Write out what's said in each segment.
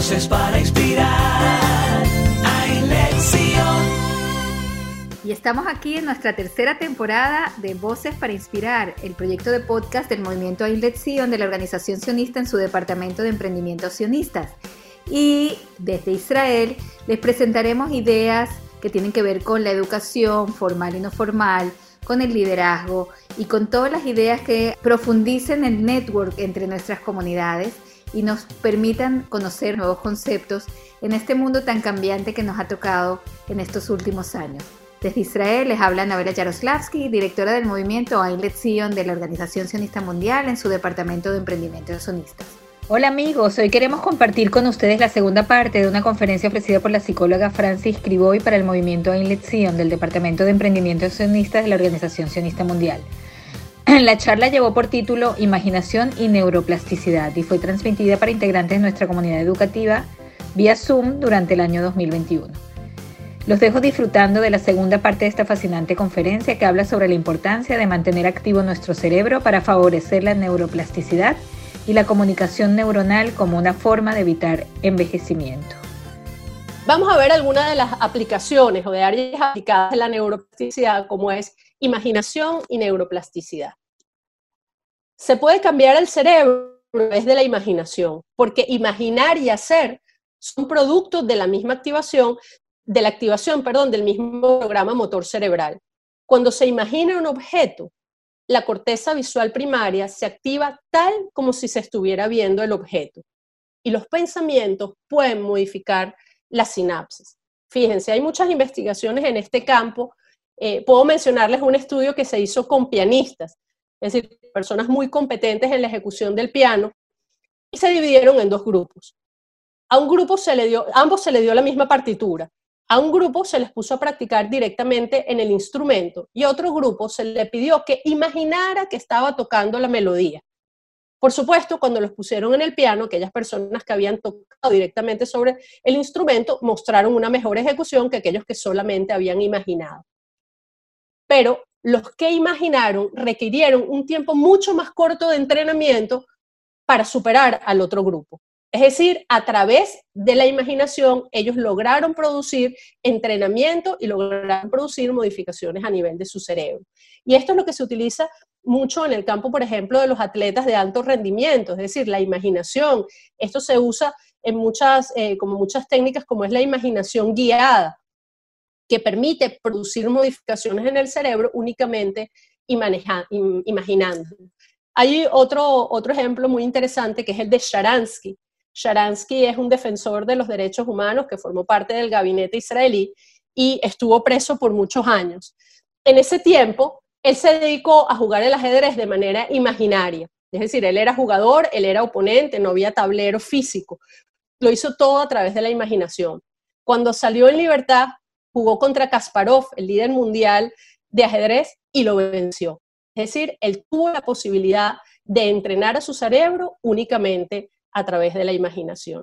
Voces para inspirar. Hay lección. Y estamos aquí en nuestra tercera temporada de Voces para Inspirar, el proyecto de podcast del movimiento Ein Zion de la organización sionista en su departamento de emprendimientos sionistas. Y desde Israel les presentaremos ideas que tienen que ver con la educación formal y no formal, con el liderazgo y con todas las ideas que profundicen el network entre nuestras comunidades y nos permitan conocer nuevos conceptos en este mundo tan cambiante que nos ha tocado en estos últimos años. Desde Israel les habla Anabela Yaroslavsky, directora del movimiento Ein Zion de la Organización Sionista Mundial en su departamento de emprendimientos sionistas. Hola amigos, hoy queremos compartir con ustedes la segunda parte de una conferencia ofrecida por la psicóloga Francis Krivoy para el movimiento Ein Zion del departamento de emprendimientos sionistas de la Organización Sionista Mundial. La charla llevó por título Imaginación y Neuroplasticidad y fue transmitida para integrantes de nuestra comunidad educativa vía Zoom durante el año 2021. Los dejo disfrutando de la segunda parte de esta fascinante conferencia que habla sobre la importancia de mantener activo nuestro cerebro para favorecer la neuroplasticidad y la comunicación neuronal como una forma de evitar envejecimiento. Vamos a ver algunas de las aplicaciones o de áreas aplicadas de la neuroplasticidad, como es imaginación y neuroplasticidad. Se puede cambiar el cerebro a través de la imaginación, porque imaginar y hacer son productos de la misma activación, del mismo programa motor cerebral. Cuando se imagina un objeto, la corteza visual primaria se activa tal como si se estuviera viendo el objeto. Y los pensamientos pueden modificar las sinapsis. Fíjense, hay muchas investigaciones en este campo. Puedo mencionarles un estudio que se hizo con pianistas, es decir, personas muy competentes en la ejecución del piano, y se dividieron en dos grupos. A un grupo ambos se le dio la misma partitura. A un grupo se les puso a practicar directamente en el instrumento y a otro grupo se le pidió que imaginara que estaba tocando la melodía. Por supuesto, cuando los pusieron en el piano, aquellas personas que habían tocado directamente sobre el instrumento mostraron una mejor ejecución que aquellos que solamente habían imaginado. Pero los que imaginaron requirieron un tiempo mucho más corto de entrenamiento para superar al otro grupo. Es decir, a través de la imaginación, ellos lograron producir entrenamiento y lograron producir modificaciones a nivel de su cerebro. Y esto es lo que se utiliza mucho en el campo, por ejemplo, de los atletas de alto rendimiento, es decir, la imaginación. Esto se usa en muchas técnicas, como es la imaginación guiada, que permite producir modificaciones en el cerebro únicamente imaginando. Hay otro ejemplo muy interesante que es el de Sharansky. Sharansky es un defensor de los derechos humanos que formó parte del gabinete israelí y estuvo preso por muchos años. En ese tiempo, él se dedicó a jugar el ajedrez de manera imaginaria. Es decir, él era jugador, él era oponente, no había tablero físico. Lo hizo todo a través de la imaginación. Cuando salió en libertad, jugó contra Kasparov, el líder mundial de ajedrez, y lo venció. Es decir, él tuvo la posibilidad de entrenar a su cerebro únicamente a través de la imaginación.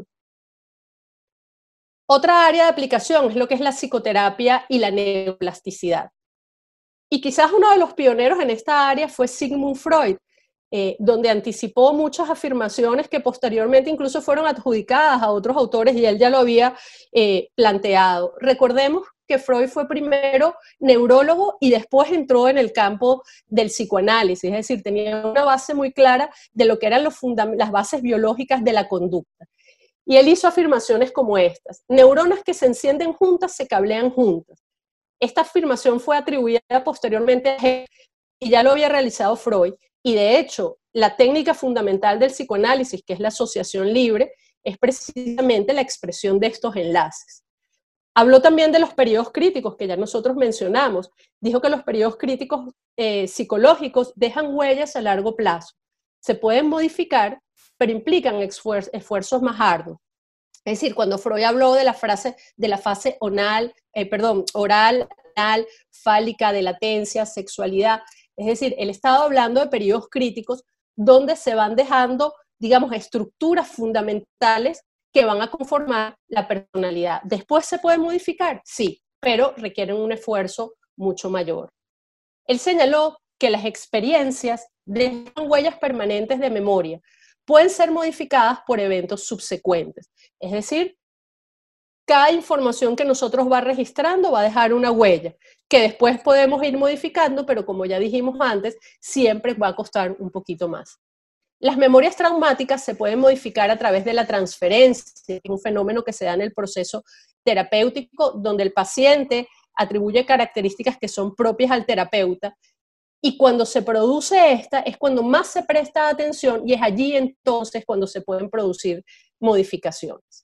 Otra área de aplicación es lo que es la psicoterapia y la neuroplasticidad. Y quizás uno de los pioneros en esta área fue Sigmund Freud, donde anticipó muchas afirmaciones que posteriormente incluso fueron adjudicadas a otros autores y él ya lo había planteado. Recordemos que Freud fue primero neurólogo y después entró en el campo del psicoanálisis, es decir, tenía una base muy clara de lo que eran las bases biológicas de la conducta. Y él hizo afirmaciones como estas: neuronas que se encienden juntas se cablean juntas. Esta afirmación fue atribuida posteriormente a Hegel y ya lo había realizado Freud, y de hecho la técnica fundamental del psicoanálisis, que es la asociación libre, es precisamente la expresión de estos enlaces. Habló también de los periodos críticos que ya nosotros mencionamos. Dijo que los periodos críticos psicológicos dejan huellas a largo plazo. Se pueden modificar, pero implican esfuerzos más arduos. Es decir, cuando Freud habló de la fase oral, anal, fálica, de latencia, sexualidad, es decir, él estaba hablando de periodos críticos donde se van dejando, digamos, estructuras fundamentales que van a conformar la personalidad. ¿Después se puede modificar? Sí, pero requieren un esfuerzo mucho mayor. Él señaló que las experiencias dejan huellas permanentes de memoria, pueden ser modificadas por eventos subsecuentes. Es decir, cada información que nosotros va registrando va a dejar una huella, que después podemos ir modificando, pero como ya dijimos antes, siempre va a costar un poquito más. Las memorias traumáticas se pueden modificar a través de la transferencia, un fenómeno que se da en el proceso terapéutico, donde el paciente atribuye características que son propias al terapeuta, y cuando se produce esta es cuando más se presta atención y es allí entonces cuando se pueden producir modificaciones.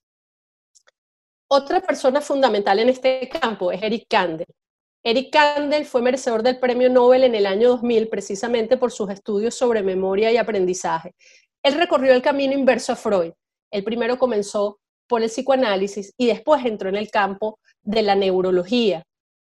Otra persona fundamental en este campo es Eric Kandel. Eric Kandel fue merecedor del Premio Nobel en el año 2000 precisamente por sus estudios sobre memoria y aprendizaje. Él recorrió el camino inverso a Freud. Él primero comenzó por el psicoanálisis y después entró en el campo de la neurología.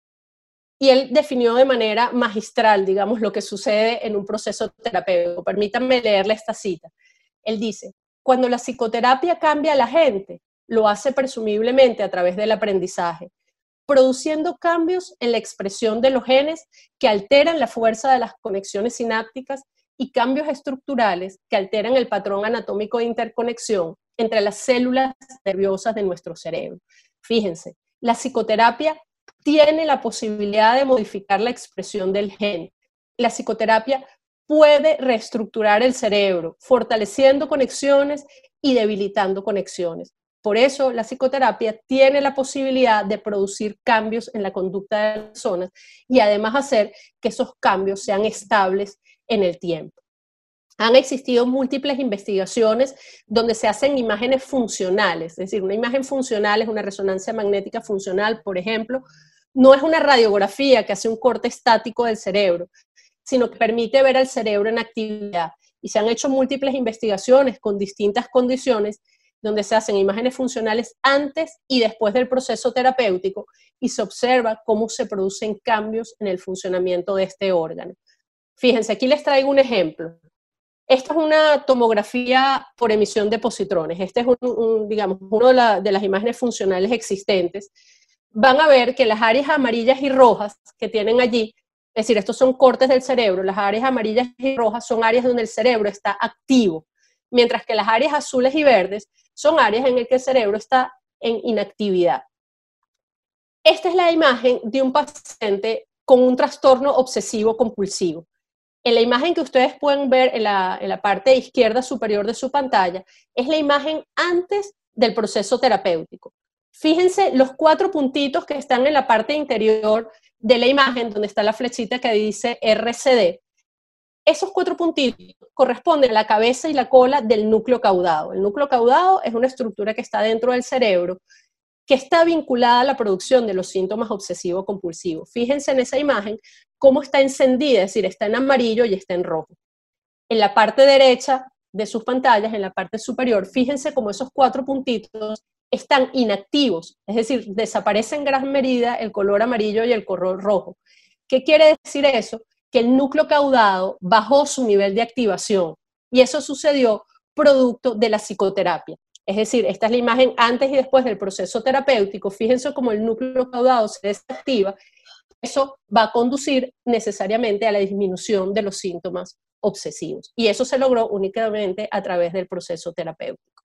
Y él definió de manera magistral, digamos, lo que sucede en un proceso terapéutico. Permítanme leerle esta cita. Él dice, cuando la psicoterapia cambia a la gente, lo hace presumiblemente a través del aprendizaje, produciendo cambios en la expresión de los genes que alteran la fuerza de las conexiones sinápticas y cambios estructurales que alteran el patrón anatómico de interconexión entre las células nerviosas de nuestro cerebro. Fíjense, la psicoterapia tiene la posibilidad de modificar la expresión del gen. La psicoterapia puede reestructurar el cerebro, fortaleciendo conexiones y debilitando conexiones. Por eso, la psicoterapia tiene la posibilidad de producir cambios en la conducta de las personas y además hacer que esos cambios sean estables en el tiempo. Han existido múltiples investigaciones donde se hacen imágenes funcionales, es decir, una imagen funcional es una resonancia magnética funcional, por ejemplo, no es una radiografía que hace un corte estático del cerebro, sino que permite ver al cerebro en actividad. Y se han hecho múltiples investigaciones con distintas condiciones donde se hacen imágenes funcionales antes y después del proceso terapéutico y se observa cómo se producen cambios en el funcionamiento de este órgano. Fíjense, aquí les traigo un ejemplo. Esta es una tomografía por emisión de positrones. Este es digamos, una de las imágenes funcionales existentes. Van a ver que las áreas amarillas y rojas que tienen allí, es decir, estos son cortes del cerebro, las áreas amarillas y rojas son áreas donde el cerebro está activo, mientras que las áreas azules y verdes son áreas en las que el cerebro está en inactividad. Esta es la imagen de un paciente con un trastorno obsesivo compulsivo. En la imagen que ustedes pueden ver en la parte izquierda superior de su pantalla, es la imagen antes del proceso terapéutico. Fíjense los 4 puntitos que están en la parte interior de la imagen, donde está la flechita que dice RCD. Esos 4 puntitos corresponden a la cabeza y la cola del núcleo caudado. El núcleo caudado es una estructura que está dentro del cerebro, que está vinculada a la producción de los síntomas obsesivo-compulsivos. Fíjense en esa imagen cómo está encendida, es decir, está en amarillo y está en rojo. En la parte derecha de sus pantallas, en la parte superior, fíjense cómo esos 4 puntitos están inactivos, es decir, desaparece en gran medida el color amarillo y el color rojo. ¿Qué quiere decir eso? Que el núcleo caudado bajó su nivel de activación y eso sucedió producto de la psicoterapia. Es decir, esta es la imagen antes y después del proceso terapéutico. Fíjense cómo el núcleo caudado se desactiva. Eso va a conducir necesariamente a la disminución de los síntomas obsesivos. Y eso se logró únicamente a través del proceso terapéutico.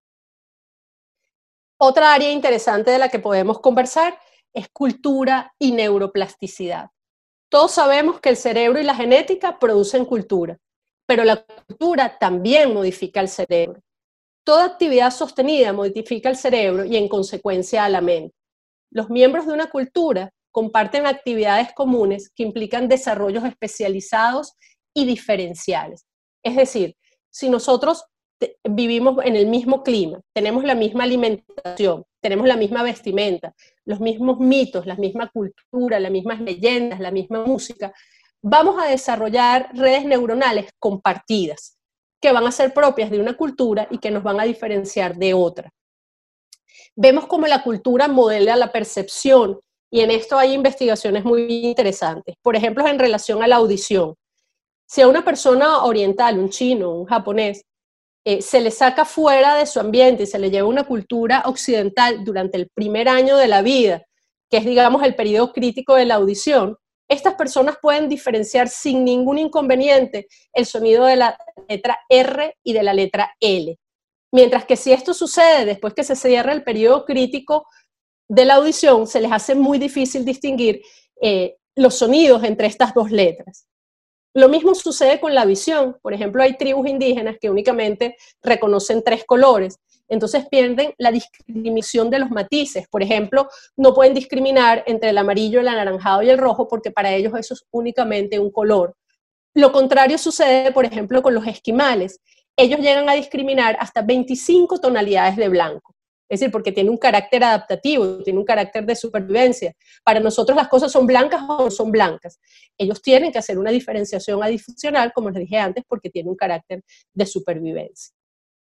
Otra área interesante de la que podemos conversar es cultura y neuroplasticidad. Todos sabemos que el cerebro y la genética producen cultura, pero la cultura también modifica el cerebro. Toda actividad sostenida modifica el cerebro y en consecuencia a la mente. Los miembros de una cultura comparten actividades comunes que implican desarrollos especializados y diferenciales. Es decir, si nosotros vivimos en el mismo clima, tenemos la misma alimentación, tenemos la misma vestimenta, los mismos mitos, la misma cultura, las mismas leyendas, la misma música, vamos a desarrollar redes neuronales compartidas, que van a ser propias de una cultura y que nos van a diferenciar de otra. Vemos cómo la cultura modela la percepción y en esto hay investigaciones muy interesantes. Por ejemplo, en relación a la audición. Si a una persona oriental, un chino, un japonés, se le saca fuera de su ambiente y se le lleva una cultura occidental durante el primer año de la vida, que es, digamos, el periodo crítico de la audición, estas personas pueden diferenciar sin ningún inconveniente el sonido de la letra R y de la letra L. Mientras que si esto sucede después que se cierra el periodo crítico de la audición, se les hace muy difícil distinguir los sonidos entre estas dos letras. Lo mismo sucede con la visión. Por ejemplo, hay tribus indígenas que únicamente reconocen 3 colores, entonces pierden la discriminación de los matices. Por ejemplo, no pueden discriminar entre el amarillo, el anaranjado y el rojo porque para ellos eso es únicamente un color. Lo contrario sucede, por ejemplo, con los esquimales. Ellos llegan a discriminar hasta 25 tonalidades de blanco. Es decir, porque tiene un carácter adaptativo, tiene un carácter de supervivencia. Para nosotros las cosas son blancas o no son blancas. Ellos tienen que hacer una diferenciación adicional, como les dije antes, porque tiene un carácter de supervivencia.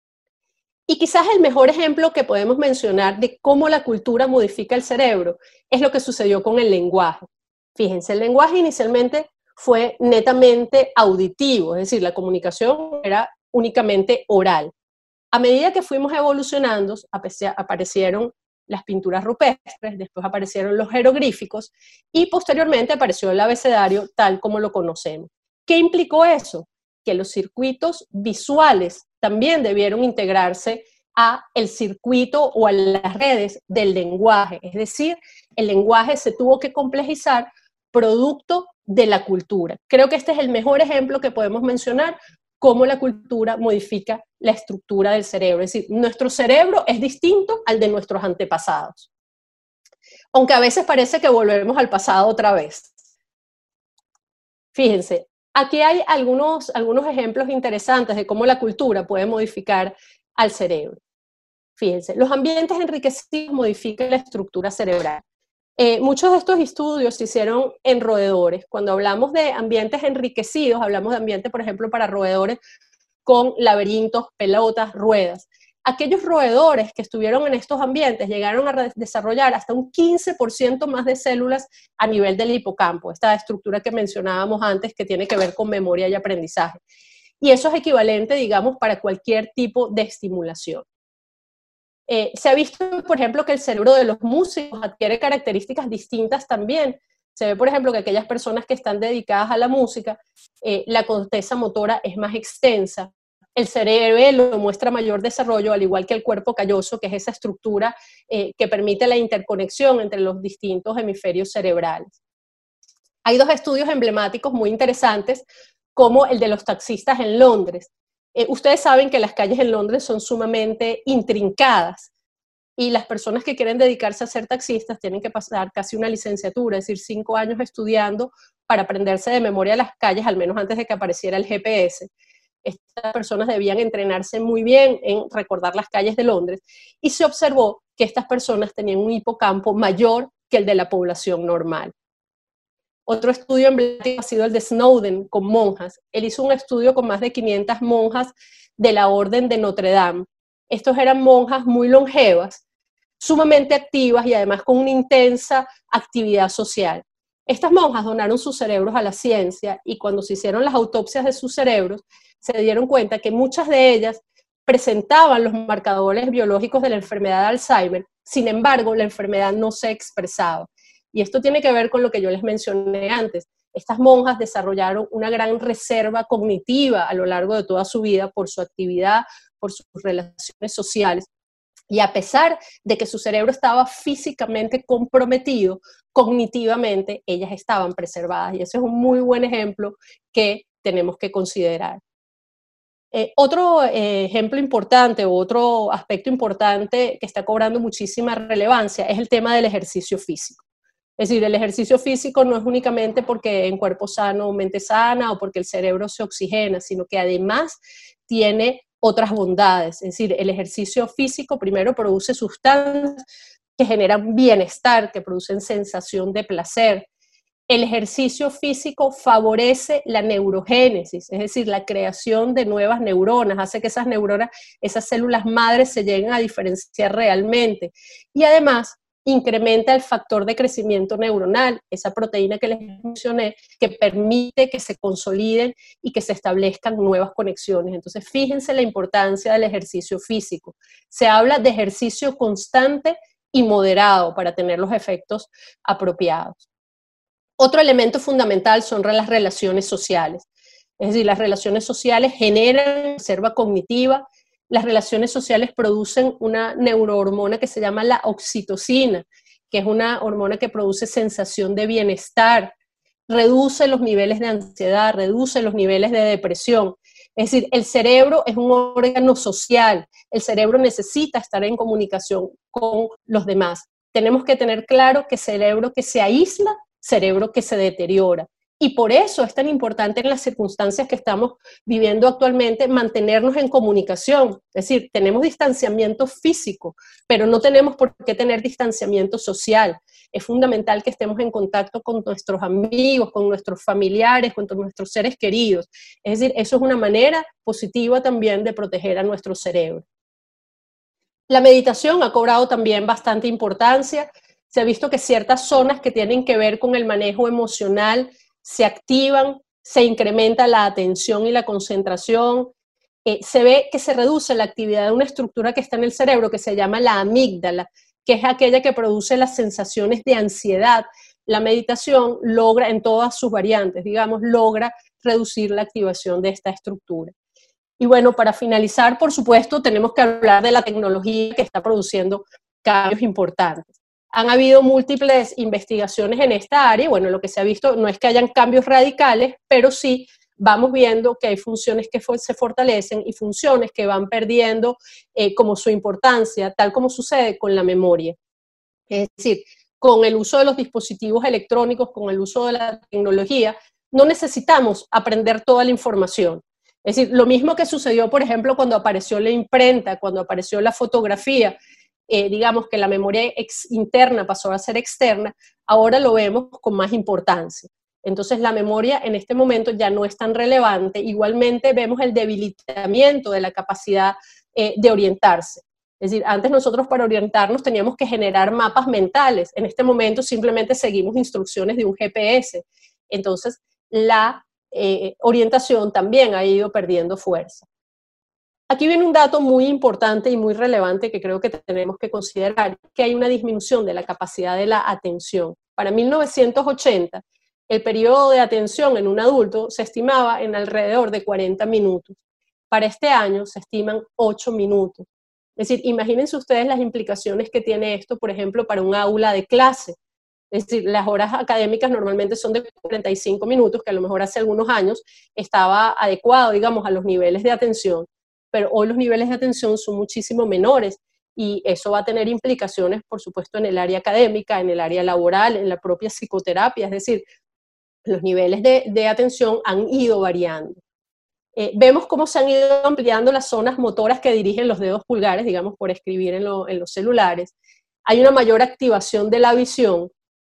Y quizás el mejor ejemplo que podemos mencionar de cómo la cultura modifica el cerebro es lo que sucedió con el lenguaje. Fíjense, el lenguaje inicialmente fue netamente auditivo, es decir, la comunicación era únicamente oral. A medida que fuimos evolucionando, aparecieron las pinturas rupestres, después aparecieron los jeroglíficos y posteriormente apareció el abecedario tal como lo conocemos. ¿Qué implicó eso? Que los circuitos visuales también debieron integrarse a el circuito o a las redes del lenguaje, es decir, el lenguaje se tuvo que complejizar producto de la cultura. Creo que este es el mejor ejemplo que podemos mencionar cómo la cultura modifica la estructura del cerebro. Es decir, nuestro cerebro es distinto al de nuestros antepasados. Aunque a veces parece que volvemos al pasado otra vez. Fíjense, aquí hay algunos ejemplos interesantes de cómo la cultura puede modificar al cerebro. Fíjense, los ambientes enriquecidos modifican la estructura cerebral. Muchos de estos estudios se hicieron en roedores. Cuando hablamos de ambientes enriquecidos, hablamos de ambientes, por ejemplo, para roedores con laberintos, pelotas, ruedas. Aquellos roedores que estuvieron en estos ambientes llegaron a desarrollar hasta un 15% más de células a nivel del hipocampo, esta estructura que mencionábamos antes que tiene que ver con memoria y aprendizaje. Y eso es equivalente, digamos, para cualquier tipo de estimulación. Se ha visto, por ejemplo, que el cerebro de los músicos adquiere características distintas también. Se ve, por ejemplo, que aquellas personas que están dedicadas a la música, la corteza motora es más extensa, el cerebelo muestra mayor desarrollo, al igual que el cuerpo calloso, que es esa estructura que permite la interconexión entre los distintos hemisferios cerebrales. Hay 2 estudios emblemáticos muy interesantes, como el de los taxistas en Londres. Ustedes saben que las calles en Londres son sumamente intrincadas y las personas que quieren dedicarse a ser taxistas tienen que pasar casi una licenciatura, es decir, 5 años estudiando para aprenderse de memoria las calles, al menos antes de que apareciera el GPS. Estas personas debían entrenarse muy bien en recordar las calles de Londres y se observó que estas personas tenían un hipocampo mayor que el de la población normal. Otro estudio emblemático ha sido el de Snowden con monjas. Él hizo un estudio con más de 500 monjas de la Orden de Notre Dame. Estos eran monjas muy longevas, sumamente activas y además con una intensa actividad social. Estas monjas donaron sus cerebros a la ciencia y cuando se hicieron las autopsias de sus cerebros, se dieron cuenta que muchas de ellas presentaban los marcadores biológicos de la enfermedad de Alzheimer, sin embargo, la enfermedad no se expresaba. Y esto tiene que ver con lo que yo les mencioné antes. Estas monjas desarrollaron una gran reserva cognitiva a lo largo de toda su vida por su actividad, por sus relaciones sociales. Y a pesar de que su cerebro estaba físicamente comprometido, cognitivamente ellas estaban preservadas. Y ese es un muy buen ejemplo que tenemos que considerar. Otro ejemplo importante, o otro aspecto importante que está cobrando muchísima relevancia es el tema del ejercicio físico. Es decir, el ejercicio físico no es únicamente porque en cuerpo sano, mente sana, o porque el cerebro se oxigena, sino que además tiene otras bondades. Es decir, el ejercicio físico primero produce sustancias que generan bienestar, que producen sensación de placer. El ejercicio físico favorece la neurogénesis, es decir, la creación de nuevas neuronas, hace que esas neuronas, esas células madres se lleguen a diferenciar realmente. Y además, incrementa el factor de crecimiento neuronal, esa proteína que les mencioné, que permite que se consoliden y que se establezcan nuevas conexiones. Entonces, fíjense la importancia del ejercicio físico. Se habla de ejercicio constante y moderado para tener los efectos apropiados. Otro elemento fundamental son las relaciones sociales. Es decir, las relaciones sociales generan reserva cognitiva. Las relaciones sociales producen una neurohormona que se llama la oxitocina, que es una hormona que produce sensación de bienestar, reduce los niveles de ansiedad, reduce los niveles de depresión. Es decir, el cerebro es un órgano social, el cerebro necesita estar en comunicación con los demás. Tenemos que tener claro que cerebro que se aísla, cerebro que se deteriora. Y por eso es tan importante en las circunstancias que estamos viviendo actualmente mantenernos en comunicación. Es decir, tenemos distanciamiento físico, pero no tenemos por qué tener distanciamiento social. Es fundamental que estemos en contacto con nuestros amigos, con nuestros familiares, con nuestros seres queridos. Es decir, eso es una manera positiva también de proteger a nuestro cerebro. La meditación ha cobrado también bastante importancia. Se ha visto que ciertas zonas que tienen que ver con el manejo emocional se activan, se incrementa la atención y la concentración, se ve que se reduce la actividad de una estructura que está en el cerebro que se llama la amígdala, que es aquella que produce las sensaciones de ansiedad. La meditación logra, en todas sus variantes, digamos, logra reducir la activación de esta estructura. Y bueno, para finalizar, por supuesto, tenemos que hablar de la tecnología que está produciendo cambios importantes. Han habido múltiples investigaciones en esta área, y bueno, lo que se ha visto no es que hayan cambios radicales, pero sí vamos viendo que hay funciones que se fortalecen y funciones que van perdiendo como su importancia, tal como sucede con la memoria. Es decir, con el uso de los dispositivos electrónicos, con el uso de la tecnología, no necesitamos aprender toda la información. Es decir, lo mismo que sucedió, por ejemplo, cuando apareció la imprenta, cuando apareció la fotografía, digamos que la memoria interna pasó a ser externa, ahora lo vemos con más importancia. Entonces la memoria en este momento ya no es tan relevante. Igualmente vemos el debilitamiento de la capacidad de orientarse. Es decir, antes nosotros para orientarnos teníamos que generar mapas mentales. En este momento simplemente seguimos instrucciones de un GPS. Entonces la orientación también ha ido perdiendo fuerza. Aquí viene un dato muy importante y muy relevante que creo que tenemos que considerar, que hay una disminución de la capacidad de la atención. Para 1980, el periodo de atención en un adulto se estimaba en alrededor de 40 minutos. Para este año se estiman 8 minutos. Es decir, imagínense ustedes las implicaciones que tiene esto, por ejemplo, para un aula de clase. Es decir, las horas académicas normalmente son de 45 minutos, que a lo mejor hace algunos años estaba adecuado, digamos, a los niveles de atención, pero hoy los niveles de atención son muchísimo menores y eso va a tener implicaciones, por supuesto, en el área académica, en el área laboral, en la propia psicoterapia, es decir, los niveles de atención han ido variando. Vemos cómo se han ido ampliando las zonas motoras que dirigen los dedos pulgares, digamos, por escribir en los celulares. Hay una mayor activación de la visión.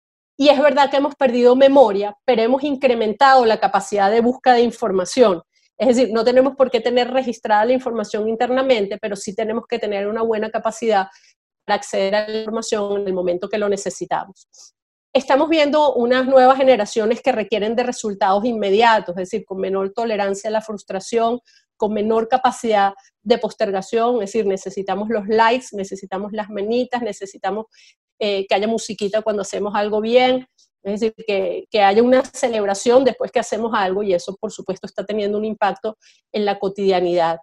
Y es verdad que hemos perdido memoria, pero hemos incrementado la capacidad de búsqueda de información. Es decir, no tenemos por qué tener registrada la información internamente, pero sí tenemos que tener una buena capacidad para acceder a la información en el momento que lo necesitamos. Estamos viendo unas nuevas generaciones que requieren de resultados inmediatos, es decir, con menor tolerancia a la frustración, con menor capacidad de postergación, es decir, necesitamos los likes, necesitamos las manitas, necesitamos que haya musiquita cuando hacemos algo bien, es decir, que haya una celebración después que hacemos algo, y eso por supuesto está teniendo un impacto en la cotidianidad.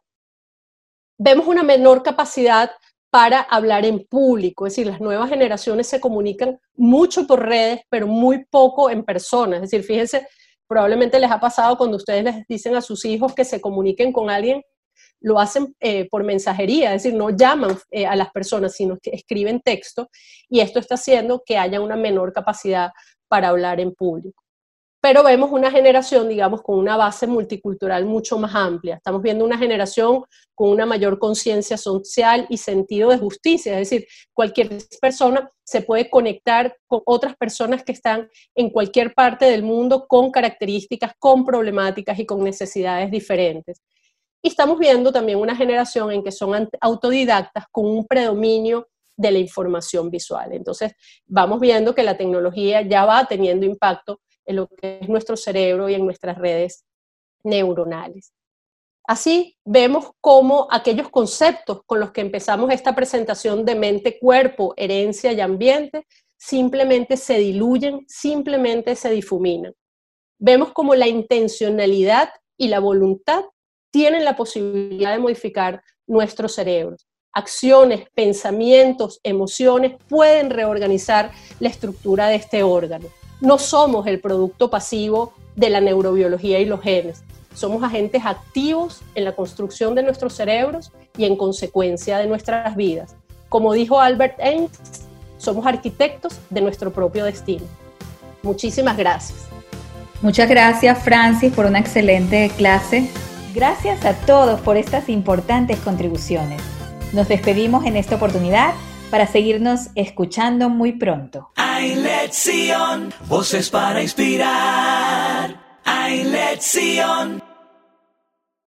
Vemos una menor capacidad para hablar en público, es decir, las nuevas generaciones se comunican mucho por redes, pero muy poco en persona. Es decir, fíjense, probablemente les ha pasado cuando ustedes les dicen a sus hijos que se comuniquen con alguien, lo hacen por mensajería, es decir, no llaman a las personas, sino que escriben texto, y esto está haciendo que haya una menor capacidad para hablar en público. Pero vemos una generación, digamos, con una base multicultural mucho más amplia. Estamos viendo una generación con una mayor conciencia social y sentido de justicia, es decir, cualquier persona se puede conectar con otras personas que están en cualquier parte del mundo con características, con problemáticas y con necesidades diferentes. Y estamos viendo también una generación en que son autodidactas con un predominio de la información visual. Entonces, vamos viendo que la tecnología ya va teniendo impacto en lo que es nuestro cerebro y en nuestras redes neuronales. Así vemos cómo aquellos conceptos con los que empezamos esta presentación de mente, cuerpo, herencia y ambiente simplemente se diluyen, simplemente se difuminan. Vemos como la intencionalidad y la voluntad tienen la posibilidad de modificar nuestros cerebros. Acciones, pensamientos, emociones pueden reorganizar la estructura de este órgano. No somos el producto pasivo de la neurobiología y los genes. Somos agentes activos en la construcción de nuestros cerebros y en consecuencia de nuestras vidas. Como dijo Albert Einstein, somos arquitectos de nuestro propio destino. Muchísimas gracias. Muchas gracias, Francis, por una excelente clase. Gracias a todos por estas importantes contribuciones. Nos despedimos en esta oportunidad para seguirnos escuchando muy pronto. iLección, voces para inspirar. iLección.